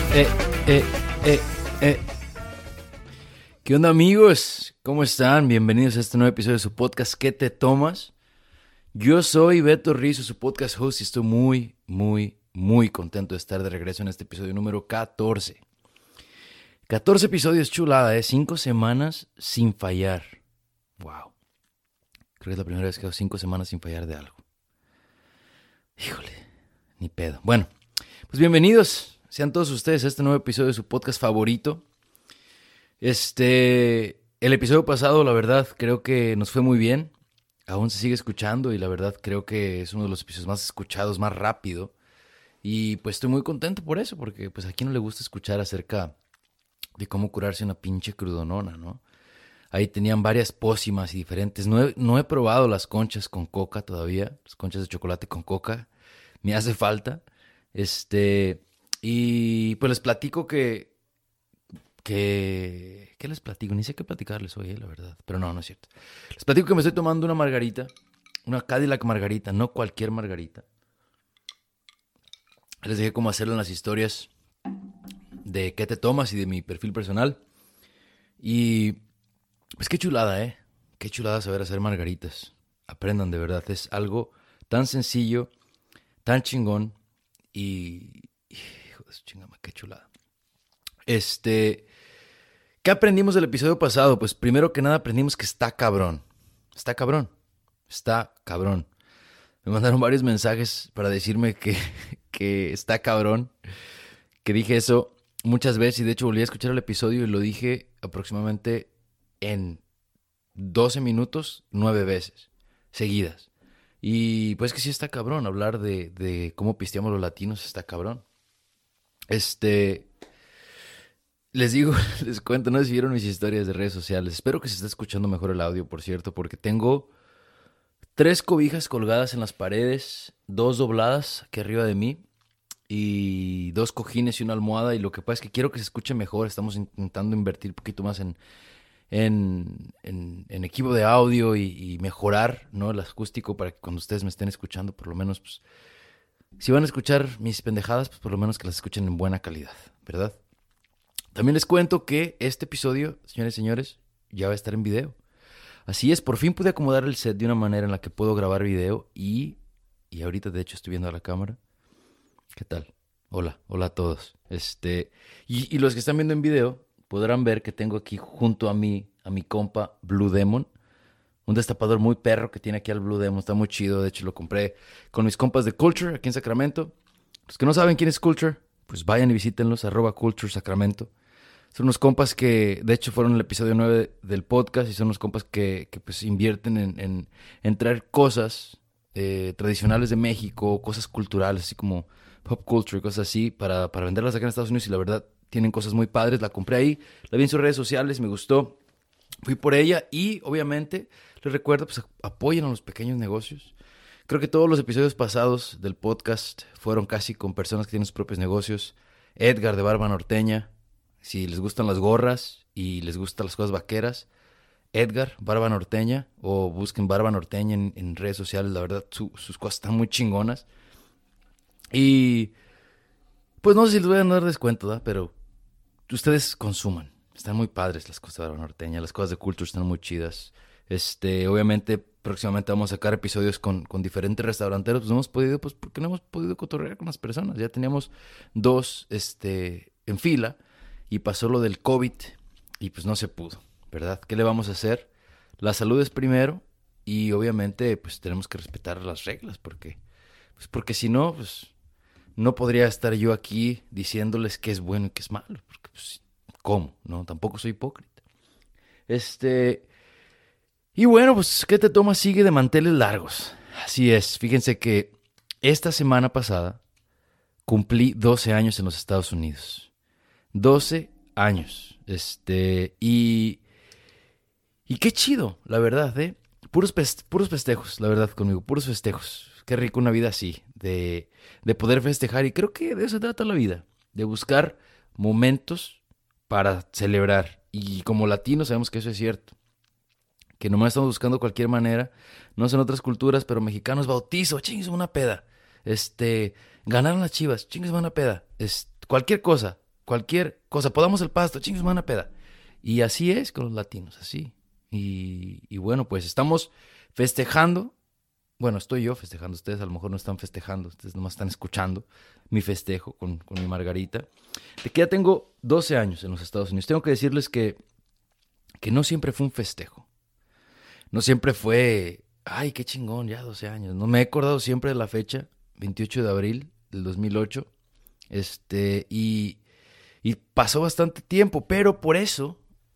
Eh, eh, eh, eh. ¿Qué onda, amigos? ¿Cómo están? Bienvenidos a este nuevo episodio de su podcast ¿Qué te tomas? Yo soy Beto Rizzo, su podcast host, y estoy muy contento de estar de regreso en este episodio número 14. 14 episodios, chulada, ¿eh? 5 semanas sin fallar. Wow. Creo que es la primera vez que hago 5 semanas sin fallar de algo. Híjole, ni pedo. Bueno, pues bienvenidos sean todos ustedes a este nuevo episodio de su podcast favorito. El episodio pasado, la verdad, creo que nos fue muy bien. Aún se sigue escuchando y la verdad creo que es uno de los episodios más escuchados, más rápido. Y pues estoy muy contento por eso, porque pues a quién no le gusta escuchar acerca de cómo curarse una pinche crudonona, ¿no? Ahí tenían varias pócimas y diferentes. No he probado las conchas con coca todavía, las conchas de chocolate con coca. Me hace falta. Y pues les platico ¿qué les platico? Ni sé qué platicarles hoy, la verdad. Pero no es cierto. Les platico que me estoy tomando una margarita. Una Cadillac margarita, no cualquier margarita. Les dije cómo hacerlo en las historias de qué te tomas y de mi perfil personal. Y pues qué chulada, ¿eh? Qué chulada saber hacer margaritas. Aprendan, de verdad. Es algo tan sencillo, tan chingón. Hijo de su chingama, qué chulada. ¿Qué aprendimos del episodio pasado? Pues primero que nada aprendimos que está cabrón. Está cabrón. Está cabrón. Me mandaron varios mensajes para decirme que está cabrón. Que dije eso muchas veces y de hecho volví a escuchar el episodio y lo dije aproximadamente en 12 minutos, 9 veces seguidas. Y pues que sí está cabrón hablar de cómo pisteamos los latinos, está cabrón. Les digo, les cuento, no sé si vieron mis historias de redes sociales. Espero que se esté escuchando mejor el audio, por cierto, porque tengo 3 cobijas colgadas en las paredes, 2 dobladas aquí arriba de mí y 2 cojines y una almohada. Y lo que pasa es que quiero que se escuche mejor. Estamos intentando invertir un poquito más en equipo de audio y mejorar, ¿no?, el acústico para que cuando ustedes me estén escuchando, por lo menos, pues, si van a escuchar mis pendejadas, pues por lo menos que las escuchen en buena calidad, ¿verdad? También les cuento que este episodio, señores y señores, ya va a estar en video. Así es, por fin pude acomodar el set de una manera en la que puedo grabar video y ahorita de hecho estoy viendo a la cámara. ¿Qué tal? Hola a todos. Y los que están viendo en video podrán ver que tengo aquí junto a mi compa Blue Demon, un destapador muy perro que tiene aquí al Blue Demon, está muy chido, de hecho lo compré con mis compas de Culture aquí en Sacramento. Los que no saben quién es Culture, pues vayan y visítenlos, @CultureSacramento. Son unos compas que, de hecho, fueron el episodio 9 del podcast y son unos compas que pues invierten en traer cosas tradicionales de México, cosas culturales, así como pop culture y cosas así, para venderlas acá en Estados Unidos y la verdad tienen cosas muy padres. La compré ahí, la vi en sus redes sociales, me gustó, fui por ella y obviamente les recuerdo, pues apoyen a los pequeños negocios. Creo que todos los episodios pasados del podcast fueron casi con personas que tienen sus propios negocios. Edgar de Barba Norteña. Si les gustan las gorras y les gustan las cosas vaqueras, Edgar, Barba Norteña, o busquen Barba Norteña en redes sociales. La verdad, sus cosas están muy chingonas. Y pues no sé si les voy a dar descuento, ¿verdad? Pero ustedes consuman. Están muy padres las cosas de Barba Norteña. Las cosas de Culture están muy chidas. Obviamente, próximamente vamos a sacar episodios con diferentes restauranteros. Pues no hemos podido, pues porque no hemos podido cotorrear con las personas. Ya teníamos 2, en fila. Y pasó lo del COVID y pues no se pudo, ¿verdad? ¿Qué le vamos a hacer? La salud es primero y obviamente pues tenemos que respetar las reglas porque si no, pues no podría estar yo aquí diciéndoles qué es bueno y qué es malo. Porque pues, ¿cómo? No, tampoco soy hipócrita. Y bueno, pues ¿qué te tomas? Sigue de manteles largos. Así es, fíjense que esta semana pasada cumplí 12 años en los Estados Unidos. 12 años. Y qué chido, la verdad, ¿eh? Puros festejos, la verdad, conmigo. Puros festejos. Qué rico una vida así, de poder festejar. Y creo que de eso se trata la vida. De buscar momentos para celebrar. Y como latinos sabemos que eso es cierto. Que nomás estamos buscando cualquier manera. No sé en otras culturas, pero mexicanos, bautizo, chingues una peda. Ganaron las Chivas, chingues una peda. Cualquier cosa cualquier cosa, podamos el pasto, chingos, una peda. Y así es con los latinos, así. Y bueno, pues estamos festejando. Bueno, estoy yo festejando, ustedes a lo mejor no están festejando, ustedes nomás están escuchando mi festejo con mi Margarita. De que ya tengo 12 años en los Estados Unidos. Tengo que decirles que no siempre fue un festejo. No siempre fue, ay, qué chingón, ya 12 años. No me he acordado siempre de la fecha, 28 de abril del 2008. Y pasó bastante tiempo, pero por eso,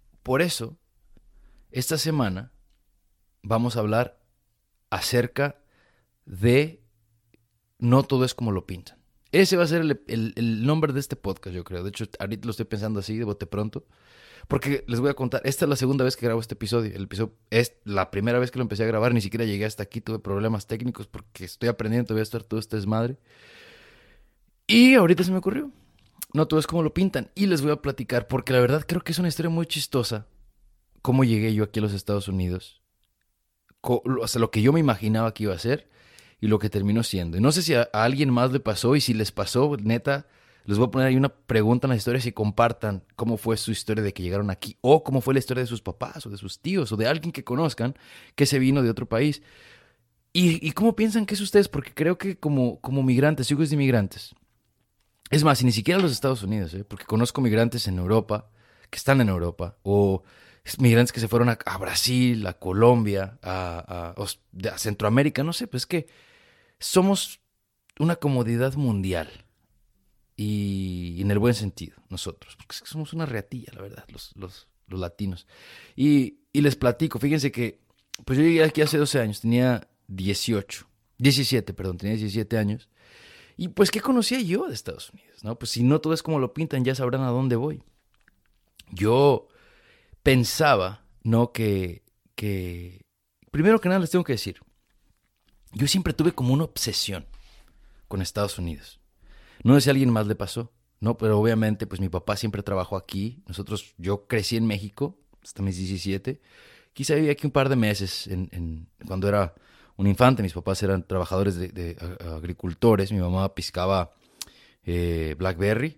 esta semana vamos a hablar acerca de no todo es como lo pintan. Ese va a ser el nombre de este podcast, yo creo. De hecho, ahorita lo estoy pensando así, de bote pronto. Porque les voy a contar, esta es la segunda vez que grabo este episodio. El episodio es la primera vez que lo empecé a grabar, ni siquiera llegué hasta aquí, tuve problemas técnicos porque estoy aprendiendo todavía a estar todo este desmadre. Y ahorita se me ocurrió. No todo es como lo pintan. Y les voy a platicar, porque la verdad creo que es una historia muy chistosa. Cómo llegué yo aquí a los Estados Unidos. O sea, lo que yo me imaginaba que iba a ser y lo que terminó siendo. Y no sé si a alguien más le pasó y si les pasó, neta, les voy a poner ahí una pregunta en las historias y compartan cómo fue su historia de que llegaron aquí o cómo fue la historia de sus papás o de sus tíos o de alguien que conozcan que se vino de otro país. Y cómo piensan que es ustedes, porque creo que como migrantes, hijos de inmigrantes, es más, y ni siquiera los Estados Unidos, porque conozco migrantes en Europa, que están en Europa, o migrantes que se fueron a Brasil, a Colombia, a Centroamérica, no sé, pues es que somos una comodidad mundial. Y en el buen sentido, nosotros, porque somos una reatilla, la verdad, los latinos. Y les platico, fíjense que, pues yo llegué aquí hace 12 años, tenía 17 años. Y pues, ¿qué conocía yo de Estados Unidos? ¿No? Pues si no todo es como lo pintan, ya sabrán a dónde voy. Yo pensaba, ¿no? Primero que nada les tengo que decir, yo siempre tuve como una obsesión con Estados Unidos. No sé si a alguien más le pasó, ¿no? Pero obviamente, pues mi papá siempre trabajó aquí. Yo crecí en México hasta mis 17. Quizá viví aquí un par de meses cuando era un infante. Mis papás eran trabajadores de agricultores. Mi mamá piscaba blackberry,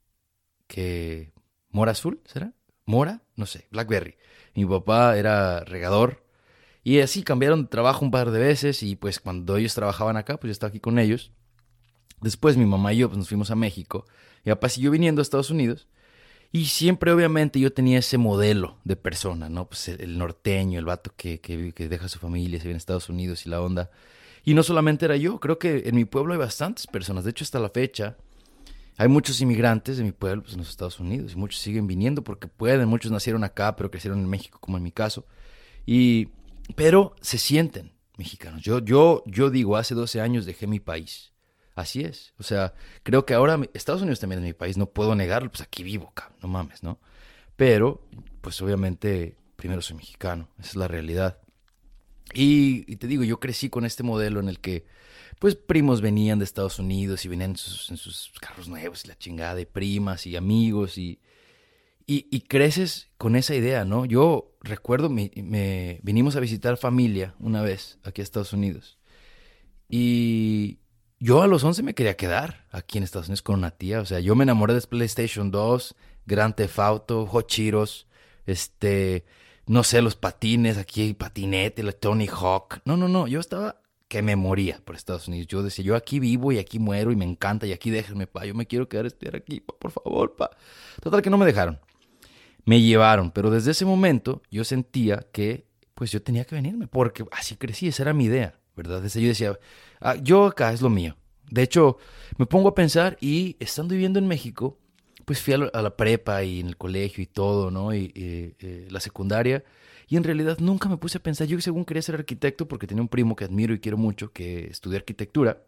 mora azul, ¿será? Mora, no sé, blackberry. Mi papá era regador. Y así cambiaron de trabajo un par de veces y pues cuando ellos trabajaban acá, pues yo estaba aquí con ellos. Después mi mamá y yo pues, nos fuimos a México. Mi papá siguió viniendo a Estados Unidos. Y siempre, obviamente, yo tenía ese modelo de persona, ¿no? Pues el norteño, el vato que deja a su familia, se viene a Estados Unidos y la onda. Y no solamente era yo, creo que en mi pueblo hay bastantes personas. De hecho, hasta la fecha, hay muchos inmigrantes de mi pueblo pues, en los Estados Unidos. Y muchos siguen viniendo porque pueden. Muchos nacieron acá, pero crecieron en México, como en mi caso. Pero se sienten mexicanos. Yo digo, hace 12 años dejé mi país. Así es. O sea, creo que ahora Estados Unidos también es mi país, no puedo negarlo, pues aquí vivo, cabrón, no mames, ¿no? Pero, pues obviamente, primero soy mexicano, esa es la realidad. Y te digo, yo crecí con este modelo en el que, pues, primos venían de Estados Unidos y venían en sus carros nuevos y la chingada, de primas y amigos y creces con esa idea, ¿no? Yo recuerdo, vinimos a visitar familia una vez aquí a Estados Unidos y yo a los 11 me quería quedar aquí en Estados Unidos con una tía. O sea, yo me enamoré de PlayStation 2, Grand Theft Auto, Hot Cheetos, no sé, los patines, aquí patinete, el Tony Hawk. No, yo estaba que me moría por Estados Unidos. Yo decía, yo aquí vivo y aquí muero y me encanta y aquí déjenme, pa. Yo me quiero quedar estudiar aquí, pa, por favor, pa. Total que no me dejaron. Me llevaron, pero desde ese momento yo sentía que pues yo tenía que venirme porque así crecí, esa era mi idea, ¿verdad? Yo decía, yo acá es lo mío. De hecho, me pongo a pensar y estando viviendo en México, pues fui a la prepa y en el colegio y todo, ¿no? Y la secundaria. Y en realidad nunca me puse a pensar, yo según quería ser arquitecto porque tenía un primo que admiro y quiero mucho que estudió arquitectura.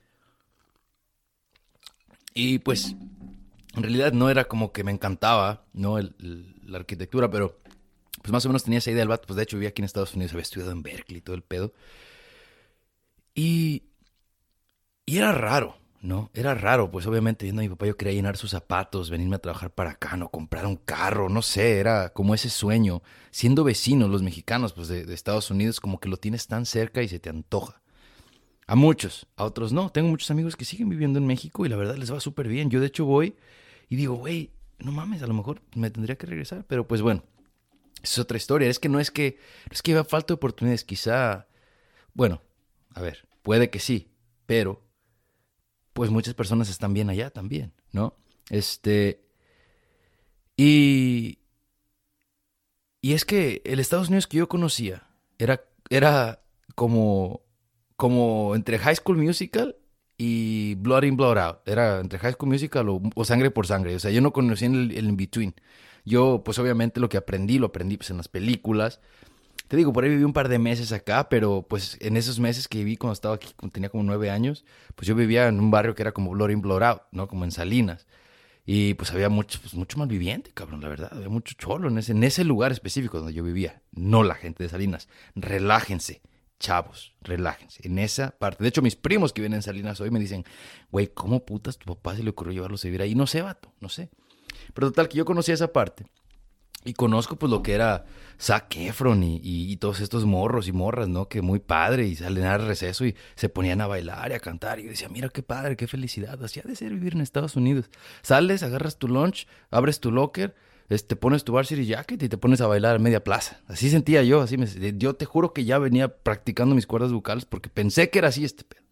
Y pues en realidad no era como que me encantaba, ¿no? La arquitectura, pero pues más o menos tenía esa idea del vato. Pues de hecho vivía aquí en Estados Unidos, había estudiado en Berkeley y todo el pedo. Y era raro, ¿no? Era raro, pues obviamente viendo a mi papá yo quería llenar sus zapatos, venirme a trabajar para acá, no comprar un carro, no sé, era como ese sueño. Siendo vecinos los mexicanos, pues de Estados Unidos, como que lo tienes tan cerca y se te antoja. A muchos, a otros no. Tengo muchos amigos que siguen viviendo en México y la verdad les va súper bien. Yo de hecho voy y digo, güey, no mames, a lo mejor me tendría que regresar. Pero pues bueno, es otra historia. Es que no es que haya falta de oportunidades. Quizá, bueno, a ver, puede que sí, pero pues muchas personas están bien allá también, ¿no? Y, y es que el Estados Unidos que yo conocía era como, como entre High School Musical y Blood In, Blood Out. Era entre High School Musical o Sangre por Sangre. O sea, yo no conocía el in-between. Yo, pues obviamente lo que aprendí, lo aprendí pues en las películas. Te digo, por ahí viví un par de meses acá, pero pues en esos meses que viví cuando estaba aquí, cuando tenía como 9 años, pues yo vivía en un barrio que era como Blood In, Blood Out, ¿no? Como en Salinas. Y pues había mucho, pues, mucho malviviente, cabrón, la verdad. Había mucho cholo en ese lugar específico donde yo vivía. No la gente de Salinas. Relájense, chavos, relájense. En esa parte. De hecho, mis primos que vienen en Salinas hoy me dicen, güey, ¿cómo putas tu papá se le ocurrió llevarlos a vivir ahí? No sé, vato, no sé. Pero total, que yo conocía esa parte. Y conozco pues lo que era Zac Efron y todos estos morros y morras, ¿no? Que muy padre y salen al receso y se ponían a bailar y a cantar. Y yo decía, mira qué padre, qué felicidad. Así ha de ser vivir en Estados Unidos. Sales, agarras tu lunch, abres tu locker, pones tu varsity jacket y te pones a bailar a media plaza. Así sentía yo, yo te juro que ya venía practicando mis cuerdas vocales porque pensé que era así este pedo.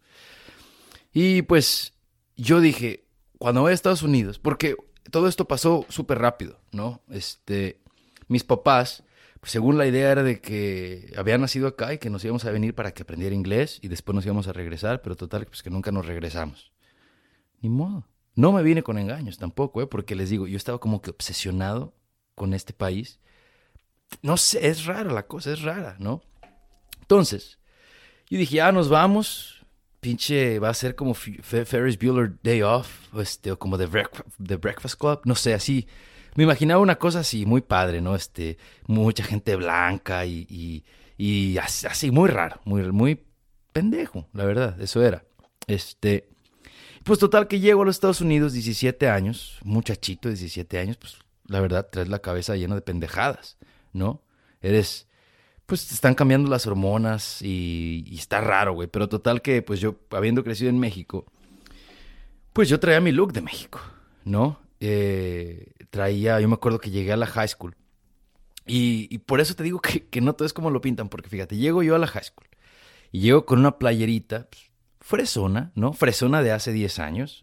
Y pues yo dije, cuando voy a Estados Unidos, porque todo esto pasó súper rápido, ¿no? Mis papás, pues según la idea era de que había nacido acá y que nos íbamos a venir para que aprendiera inglés y después nos íbamos a regresar, pero total, pues que nunca nos regresamos. Ni modo. No me vine con engaños tampoco, porque les digo, yo estaba como que obsesionado con este país. No sé, es rara la cosa, es rara, ¿no? Entonces, yo dije, ya nos vamos. Pinche, va a ser como Ferris Bueller Day Off, o como The Breakfast Club, no sé, así. Me imaginaba una cosa así, muy padre, ¿no? Mucha gente blanca y así, muy raro, muy pendejo, la verdad, eso era. Pues total que llego a los Estados Unidos, 17 años, muchachito, 17 años, pues la verdad, traes la cabeza llena de pendejadas, ¿no? Pues te están cambiando las hormonas y está raro, güey. Pero total que, pues yo, habiendo crecido en México, pues yo traía mi look de México, ¿no? Yo me acuerdo que llegué a la high school. Y por eso te digo que no todo es como lo pintan, porque fíjate, llego yo a la high school y llego con una playerita, pues, fresona, ¿no? Fresona de hace 10 años,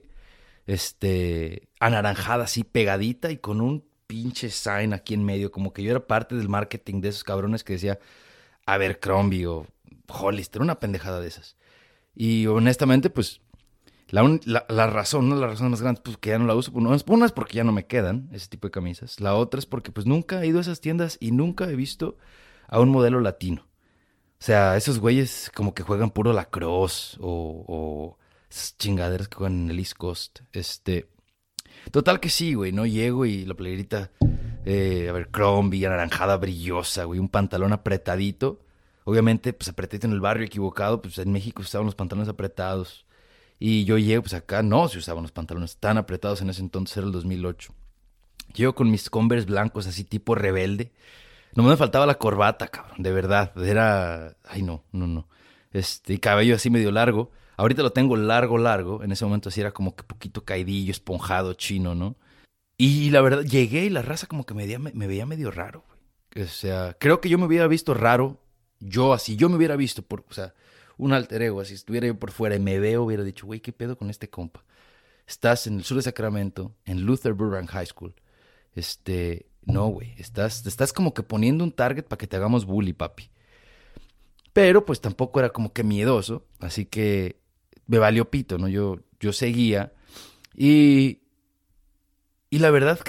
anaranjada así, pegadita y con un pinche sign aquí en medio, como que yo era parte del marketing de esos cabrones que decía Abercrombie o Hollister, una pendejada de esas. Y honestamente, pues, la razón, una de las razones más grandes, pues, que ya no la uso, una es porque ya no me quedan ese tipo de camisas. La otra es porque, pues, nunca he ido a esas tiendas y nunca he visto a un modelo latino. O sea, esos güeyes como que juegan puro lacrosse o esas chingaderas que juegan en el East Coast. Total que sí, güey, ¿no? Llego y la playerita, Abercrombie, anaranjada brillosa, güey, un pantalón apretadito. Obviamente, pues apretadito en el barrio equivocado, pues en México se usaban los pantalones apretados. Y yo llego, pues acá no se usaban los pantalones tan apretados en ese entonces, era el 2008. Llego con mis Converse blancos así tipo rebelde. No me faltaba la corbata, cabrón, de verdad. Era, ay no, no, no. Y cabello así medio largo. Ahorita lo tengo largo, largo. En ese momento así era como que poquito caidillo, esponjado, chino, ¿no? Y la verdad, llegué y la raza como que me veía medio raro, güey. O sea, creo que yo me hubiera visto raro. Yo me hubiera visto o sea, un alter ego, así estuviera yo por fuera y me veo, hubiera dicho, güey, ¿qué pedo con este compa? Estás en el sur de Sacramento, en Luther Burbank High School. No, güey, te estás como que poniendo un target para que te hagamos bully, papi. Pero pues tampoco era como que miedoso, así que me valió pito, ¿no? Yo seguía y, y la verdad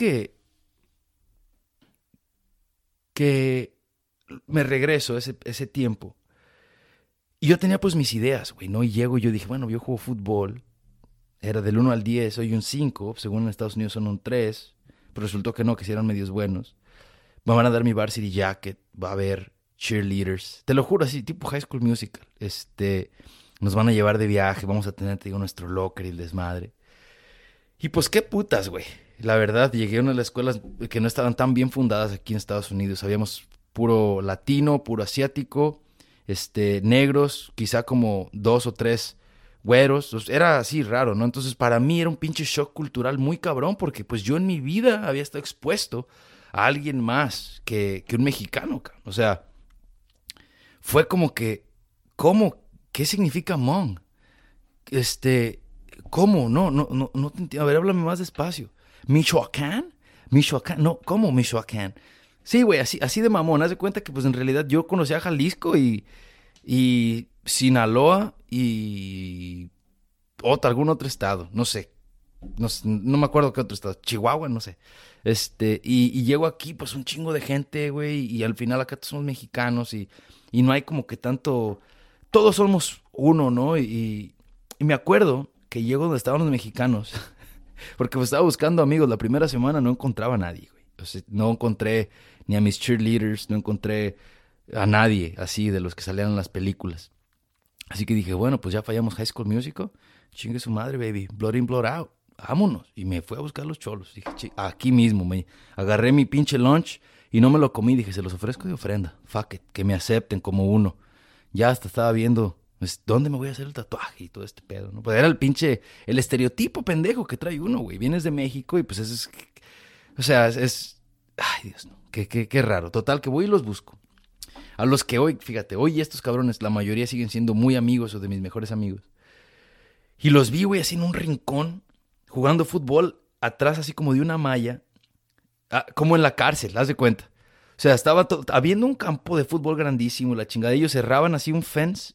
que me regreso ese tiempo y yo tenía pues mis ideas, güey, ¿no? Y llego y yo dije, bueno, yo juego fútbol, era del 1 al 10, soy un 5, según en Estados Unidos son un 3, pero resultó que no, que sí eran medios buenos. Me van a dar mi varsity jacket, va a haber cheerleaders, te lo juro, así, tipo High School Musical. Nos van a llevar de viaje, vamos a tener, te digo, nuestro locker y el desmadre. Y pues qué putas, güey. La verdad, llegué a una de las escuelas que no estaban tan bien fundadas aquí en Estados Unidos. Habíamos puro latino, puro asiático, negros, quizá como dos o tres güeros, era así raro, ¿no? Entonces para mí era un pinche shock cultural muy cabrón porque pues yo en mi vida había estado expuesto a alguien más que un mexicano, cabrón. O sea, fue como que, ¿cómo? ¿Qué significa Hmong? ¿Cómo? No te entiendo. A ver, háblame más despacio. ¿Michoacán? ¿Michoacán? No, ¿cómo Michoacán? Sí, güey, así de mamón. Haz de cuenta que pues en realidad yo conocía a Jalisco y Sinaloa y algún otro estado, no sé. No me acuerdo qué otro estado. Chihuahua, no sé. Y llego aquí, pues un chingo de gente, güey, y al final acá todos somos mexicanos y no hay como que tanto. Todos somos uno, ¿no? Y me acuerdo que llego donde estaban los mexicanos, porque pues estaba buscando amigos. La primera semana no encontraba a nadie, güey. O sea, no encontré ni a mis cheerleaders, no encontré a nadie así de los que salían en las películas. Así que dije, bueno, pues ya fallamos High School Musical. Chingue su madre, baby. Blood in, blood out. Vámonos. Y me fui a buscar los cholos. Dije, aquí mismo. Me agarré mi pinche lunch y no me lo comí. Dije, se los ofrezco de ofrenda. Fuck it. Que me acepten como uno. Ya hasta estaba viendo, pues, ¿dónde me voy a hacer el tatuaje y todo este pedo, ¿no? Pues era el estereotipo pendejo que trae uno, güey. Vienes de México y pues o sea, ay, Dios, no. Qué raro. Total, que voy y los busco. A los que hoy, fíjate, hoy estos cabrones, la mayoría siguen siendo muy amigos o de mis mejores amigos. Y los vi, güey, así en un rincón, jugando fútbol, atrás así como de una malla, como en la cárcel, haz de cuenta. O sea, estaba habiendo un campo de fútbol grandísimo, la chingada. Ellos cerraban así un fence,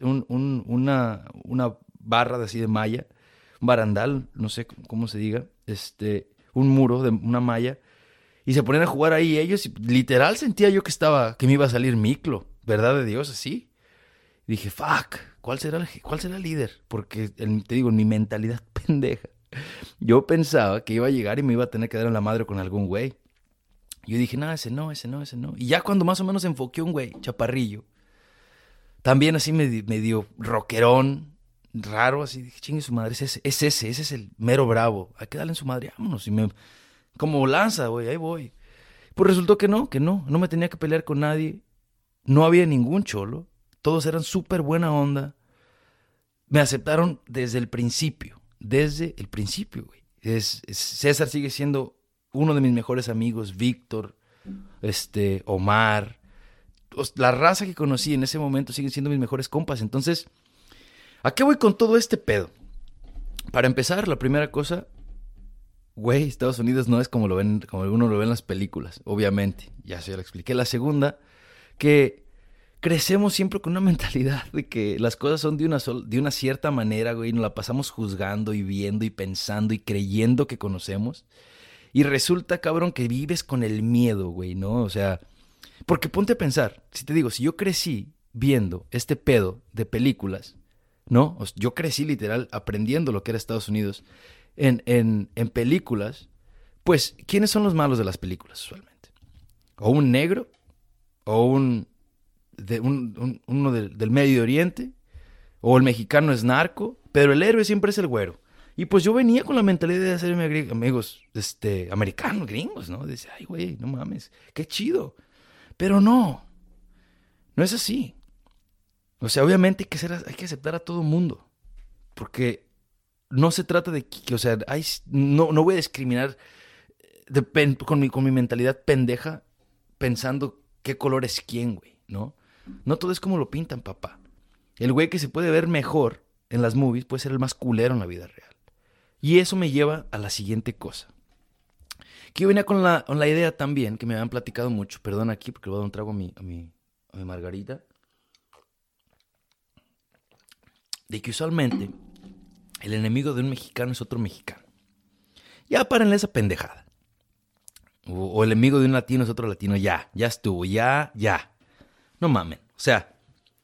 una barra de así de malla, un barandal, no sé cómo se diga, un muro de una malla. Y se ponían a jugar ahí ellos y literal sentía yo que me iba a salir Miklo, ¿verdad de Dios? Así. Y dije, fuck, ¿cuál será el líder? Porque, te digo, en mi mentalidad pendeja, yo pensaba que iba a llegar y me iba a tener que dar en la madre con algún güey. Yo dije, no, ese no. Y ya cuando más o menos enfoqué un güey, chaparrillo, también así medio rockerón, raro, así, dije, chingue su madre, ese es el mero bravo. Hay que darle en su madre, vámonos. Como lanza, güey, ahí voy. Pues resultó que no me tenía que pelear con nadie. No había ningún cholo. Todos eran súper buena onda. Me aceptaron desde el principio. Güey. César sigue siendo uno de mis mejores amigos. Víctor, Omar. La raza que conocí en ese momento siguen siendo mis mejores compas. Entonces, ¿a qué voy con todo este pedo? Para empezar, la primera cosa, güey, Estados Unidos no es como uno lo ve en las películas, obviamente. Ya se lo expliqué. La segunda, que crecemos siempre con una mentalidad de que las cosas son de una cierta manera, güey, y nos la pasamos juzgando y viendo y pensando y creyendo que conocemos. Y resulta, cabrón, que vives con el miedo, güey, ¿no? O sea, porque ponte a pensar, si yo crecí viendo este pedo de películas, ¿no? Yo crecí literal aprendiendo lo que era Estados Unidos en películas, pues, ¿quiénes son los malos de las películas usualmente? O un negro, o uno del Medio Oriente, o el mexicano es narco, pero el héroe siempre es el güero. Y pues yo venía con la mentalidad de hacerme amigos americanos, gringos, ¿no? Dice, ay, güey, no mames, qué chido. Pero no es así. O sea, obviamente hay que aceptar a todo mundo. Porque no se trata de que, o sea, no voy a discriminar con mi mentalidad pendeja pensando qué color es quién, güey, ¿no? No todo es como lo pintan, papá. El güey que se puede ver mejor en las movies puede ser el más culero en la vida real. Y eso me lleva a la siguiente cosa. Que yo venía con la idea también, que me habían platicado mucho. Perdón aquí porque le voy a dar un trago a mi margarita. De que usualmente el enemigo de un mexicano es otro mexicano. Ya párenle esa pendejada. O el enemigo de un latino es otro latino. Ya estuvo, ya. No mamen. O sea,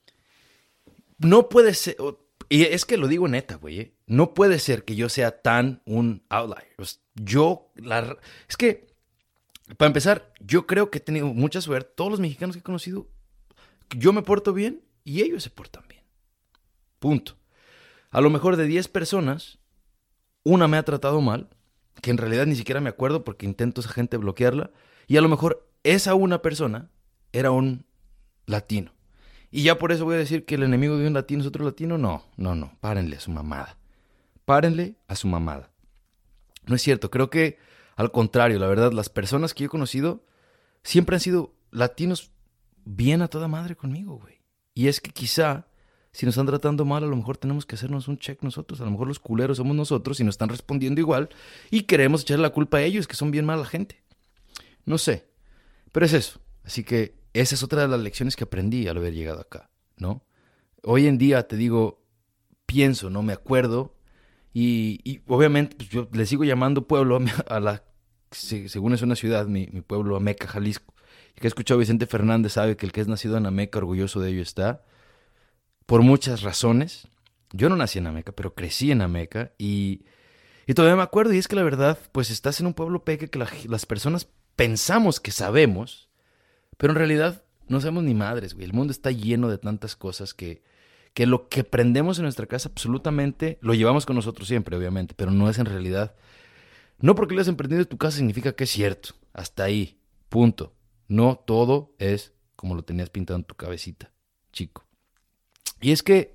no puede ser. Y es que lo digo neta, güey. No puede ser que yo sea tan un outlier. Es que, para empezar, yo creo que he tenido mucha suerte. Todos los mexicanos que he conocido, yo me porto bien y ellos se portan bien. Punto. A lo mejor de 10 personas, una me ha tratado mal, que en realidad ni siquiera me acuerdo porque intento a esa gente bloquearla. Y a lo mejor esa una persona era un latino. Y ya por eso voy a decir que el enemigo de un latino es otro latino. No. Párenle a su mamada. Párenle a su mamada. No es cierto. Creo que al contrario, la verdad, las personas que yo he conocido siempre han sido latinos bien a toda madre conmigo, güey. Y es que quizá, si nos están tratando mal, a lo mejor tenemos que hacernos un check nosotros. A lo mejor los culeros somos nosotros y nos están respondiendo igual y queremos echarle la culpa a ellos, que son bien mala gente. No sé, pero es eso. Así que esa es otra de las lecciones que aprendí al haber llegado acá, ¿no? Hoy en día, te digo, pienso, no me acuerdo y obviamente pues yo le sigo llamando pueblo a la, según es una ciudad, mi pueblo, Ameca, Jalisco. Y que he escuchado a Vicente Fernández sabe que el que es nacido en Ameca, orgulloso de ello está, por muchas razones. Yo no nací en Ameca, pero crecí en Ameca y todavía me acuerdo. Y es que la verdad, pues estás en un pueblo peque que las personas pensamos que sabemos, pero en realidad no sabemos ni madres, güey. El mundo está lleno de tantas cosas que lo que aprendemos en nuestra casa absolutamente lo llevamos con nosotros siempre, obviamente, pero no es en realidad. No porque lo hayas aprendido en tu casa significa que es cierto. Hasta ahí, punto. No todo es como lo tenías pintado en tu cabecita, chico. Y es que,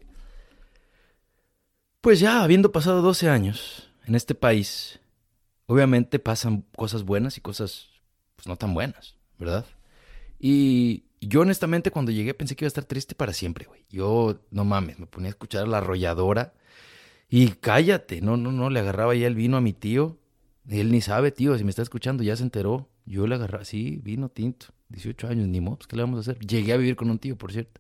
pues ya habiendo pasado 12 años en este país, obviamente pasan cosas buenas y cosas pues no tan buenas, ¿verdad? Y yo honestamente cuando llegué pensé que iba a estar triste para siempre, güey. Yo, no mames, me ponía a escuchar a La Arrolladora y cállate, no, le agarraba ya el vino a mi tío. Él ni sabe, tío, si me está escuchando ya se enteró. Yo le agarraba, sí, vino tinto, 18 años, ni modo, pues, ¿qué le vamos a hacer? Llegué a vivir con un tío, por cierto.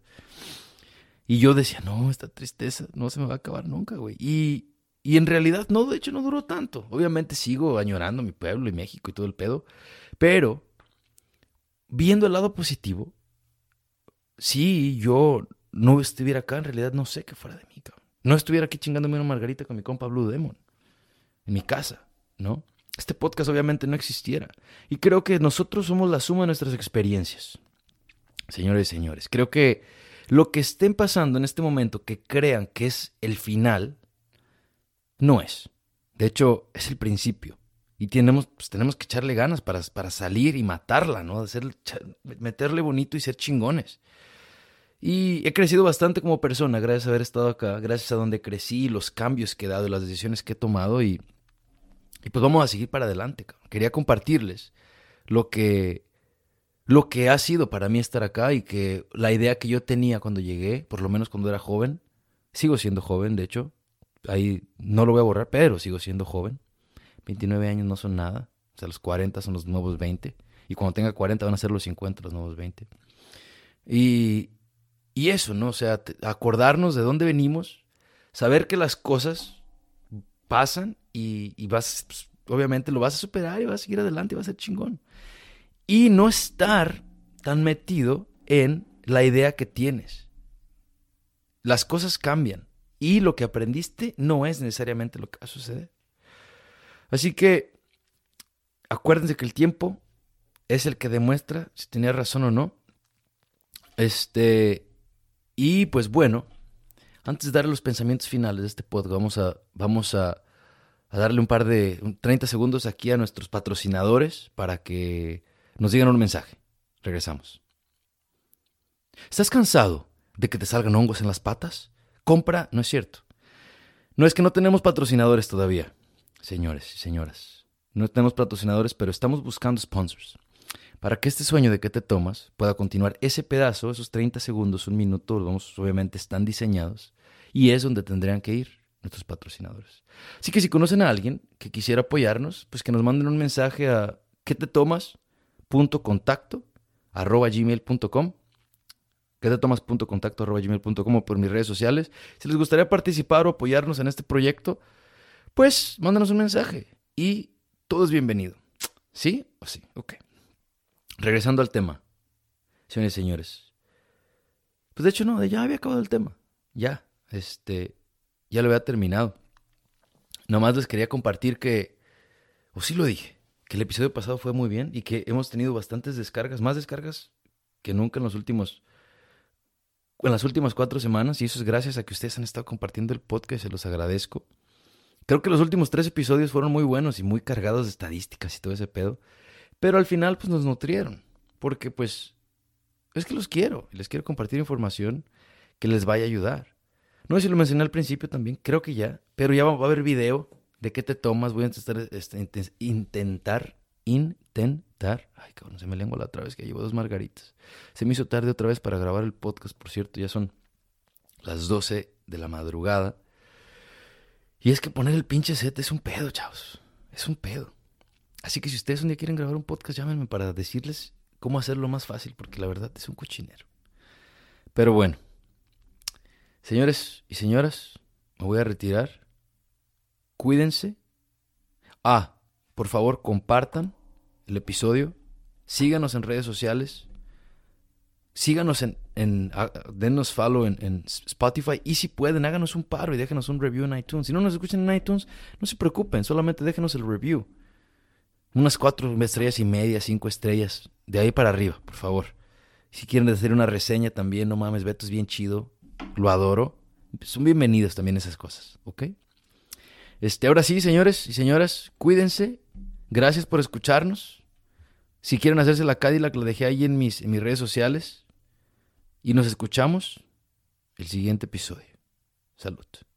Y yo decía, no, esta tristeza no se me va a acabar nunca, güey. Y en realidad, no, de hecho no duró tanto. Obviamente sigo añorando mi pueblo y México y todo el pedo. Pero, viendo el lado positivo, si yo no estuviera acá, en realidad no sé qué fuera de mí, cabrón. No estuviera aquí chingándome una margarita con mi compa Blue Demon. En mi casa, ¿no? Este podcast obviamente no existiera. Y creo que nosotros somos la suma de nuestras experiencias. Señores y señores, creo que lo que estén pasando en este momento que crean que es el final, no es. De hecho, es el principio. Y tenemos que echarle ganas para salir y matarla, ¿no? Meterle bonito y ser chingones. Y he crecido bastante como persona gracias a haber estado acá, gracias a donde crecí, los cambios que he dado, las decisiones que he tomado y pues vamos a seguir para adelante, cabrón. Quería compartirles lo que, lo que ha sido para mí estar acá y que la idea que yo tenía cuando llegué, por lo menos cuando era joven, sigo siendo joven, de hecho, ahí no lo voy a borrar, pero sigo siendo joven. 29 años no son nada, o sea, los 40 son los nuevos 20 y cuando tenga 40 van a ser los 50 los nuevos 20. Y, y eso, ¿no? O sea, acordarnos de dónde venimos, saber que las cosas pasan y vas, pues, obviamente lo vas a superar y vas a seguir adelante y vas a ser chingón. Y no estar tan metido en la idea que tienes. Las cosas cambian y lo que aprendiste no es necesariamente lo que va a suceder. Así que acuérdense que el tiempo es el que demuestra si tenía razón o no. Y pues bueno, antes de darle los pensamientos finales de este podcast, vamos a darle un par de 30 segundos aquí a nuestros patrocinadores para que nos digan un mensaje. Regresamos. ¿Estás cansado de que te salgan hongos en las patas? Compra, no es cierto. No es que no tenemos patrocinadores todavía, señores y señoras. No tenemos patrocinadores, pero estamos buscando sponsors. Para que este sueño de que te tomas pueda continuar ese pedazo, esos 30 segundos, un minuto, obviamente están diseñados y es donde tendrían que ir nuestros patrocinadores. Así que si conocen a alguien que quisiera apoyarnos, pues que nos manden un mensaje a quetetomas.contacto@gmail.com quetetomas.contacto@gmail.com o por mis redes sociales. Si les gustaría participar o apoyarnos en este proyecto, pues mándanos un mensaje y todo es bienvenido. ¿Sí o sí? Ok. Regresando al tema, señores y señores. Pues de hecho no, ya había acabado el tema. Ya lo había terminado. Nomás les quería compartir que, o sí lo dije, que el episodio pasado fue muy bien y que hemos tenido bastantes descargas, más descargas que nunca en las últimas 4 semanas, y eso es gracias a que ustedes han estado compartiendo el podcast, se los agradezco. Creo que los últimos 3 episodios fueron muy buenos y muy cargados de estadísticas y todo ese pedo. Pero al final, pues nos nutrieron. Porque, pues, Es que los quiero. Y les quiero compartir información que les vaya a ayudar. No sé si lo mencioné al principio también. Creo que ya. Pero ya va a haber video de qué te tomas. Voy a intentar. Ay, cabrón, se me lengua la otra vez que llevo 2 margaritas. Se me hizo tarde otra vez para grabar el podcast, por cierto. Ya son las 12 de la madrugada. Y es que poner el pinche set es un pedo, chavos. Es un pedo. Así que si ustedes un día quieren grabar un podcast, llámenme para decirles cómo hacerlo más fácil, porque la verdad es un cochinero. Pero bueno, señores y señoras, me voy a retirar. Cuídense. Por favor, compartan el episodio. Síganos en redes sociales. Síganos dennos follow en Spotify. Y si pueden, háganos un paro y déjenos un review en iTunes. Si no nos escuchan en iTunes, no se preocupen. Solamente déjenos el review. Unas 4 estrellas y media, 5 estrellas. De ahí para arriba, por favor. Si quieren hacer una reseña también, no mames, Beto es bien chido. Lo adoro. Son bienvenidos también esas cosas, ¿ok? Ahora sí, señores y señoras, cuídense. Gracias por escucharnos. Si quieren hacerse la Cadillac, la dejé ahí en mis redes sociales. Y nos escuchamos el siguiente episodio. Salud.